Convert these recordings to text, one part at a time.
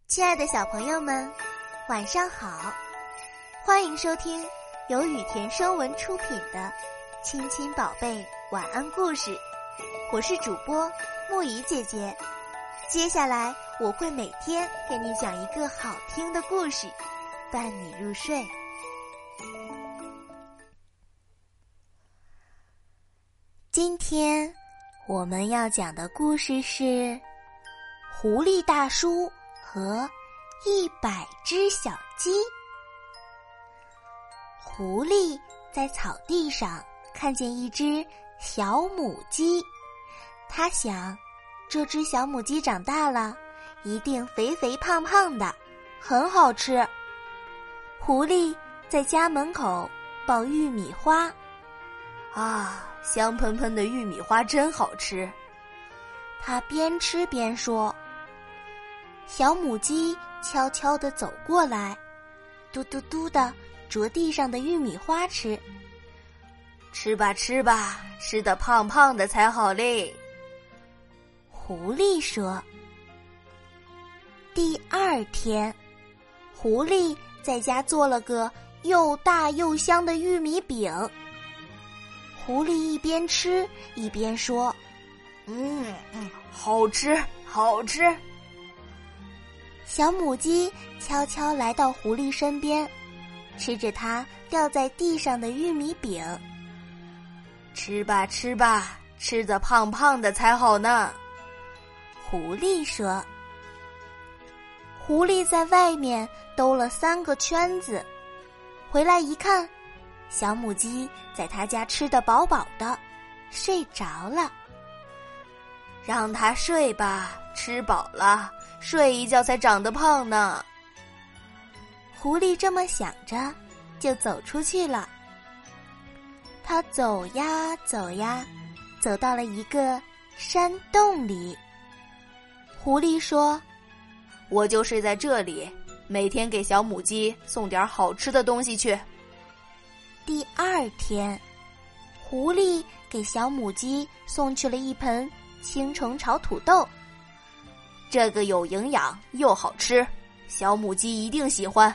亲爱的小朋友们，晚上好！欢迎收听由雨田声文出品的《亲亲宝贝晚安故事》，我是主播木怡姐姐。接下来我会每天给你讲一个好听的故事，伴你入睡。今天我们要讲的故事是狐狸大叔和100只小鸡。狐狸在草地上看见一只小母鸡，他想，这只小母鸡长大了，一定肥肥胖胖的，很好吃。狐狸在家门口爆玉米花， 香喷喷的玉米花真好吃。 他边吃边说。小母鸡悄悄地走过来，嘟嘟嘟地啄地上的玉米花吃。 吃吧吃吧，吃得胖胖的才好嘞。 狐狸说。第二天，狐狸在家做了个又大又香的玉米饼。狐狸一边吃一边说：“ 好吃好吃。” 小母鸡悄悄来到狐狸身边，吃着它掉在地上的玉米饼。 吃吧吃吧，吃得胖胖的才好呢。 狐狸说。狐狸在外面兜了3个圈子，回来一看，小母鸡在他家吃得饱饱的，睡着了。 让它睡吧，吃饱了，睡一觉才长得胖呢。 狐狸这么想着，就走出去了。他走呀走呀，走到了一个山洞里。狐狸说：“ 我就睡在这里，每天给小母鸡送点好吃的东西去。” 第二天，狐狸给小母鸡送去了一盆青虫炒土豆。 这个有营养又好吃，小母鸡一定喜欢。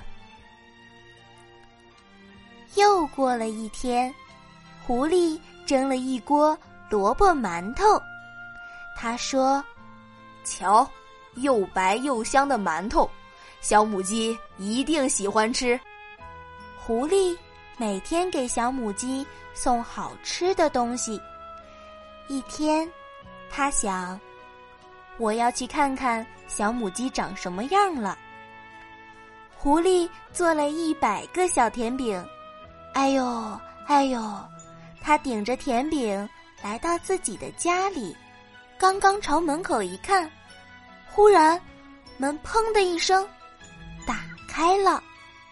又过了一天，狐狸蒸了一锅萝卜馒头。他说：“ 瞧，又白又香的馒头，小母鸡一定喜欢吃。” 狐狸每天给小母鸡送好吃的东西。一天，他想，我要去看看小母鸡长什么样了。狐狸做了100个小甜饼，哎呦哎呦，他顶着甜饼来到自己的家里，刚刚朝门口一看，忽然门砰的一声打开了。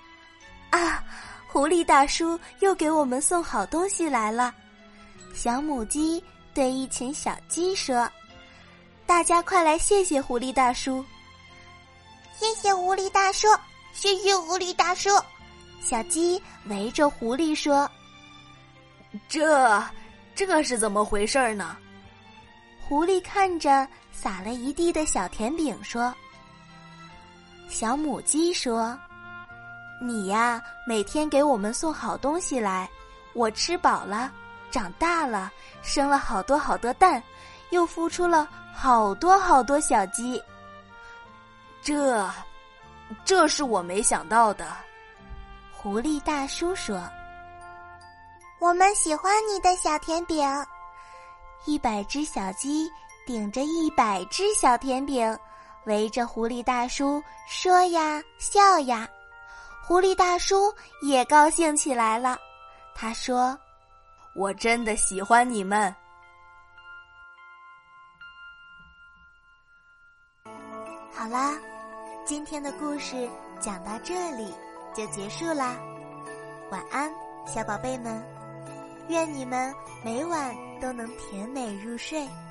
狐狸大叔又给我们送好东西来了。小母鸡对一群小鸡说：“大家快来谢谢狐狸大叔。”谢谢狐狸大叔，谢谢狐狸大叔。小鸡围着狐狸说：“ 这是怎么回事呢？” 狐狸看着撒了一地的小甜饼说：“小母鸡说，你呀，每天给我们送好东西来，我吃饱了，长大了，生了好多好多蛋，又孵出了好多好多小鸡。” 这是我没想到的。 狐狸大叔说：“我们喜欢你的小甜饼。”100只小鸡顶着100只小甜饼，围着狐狸大叔说呀笑呀。狐狸大叔也高兴起来了，他说：“ 我真的喜欢你们。” 好啦，今天的故事讲到这里就结束啦。晚安，小宝贝们，愿你们每晚都能甜美入睡。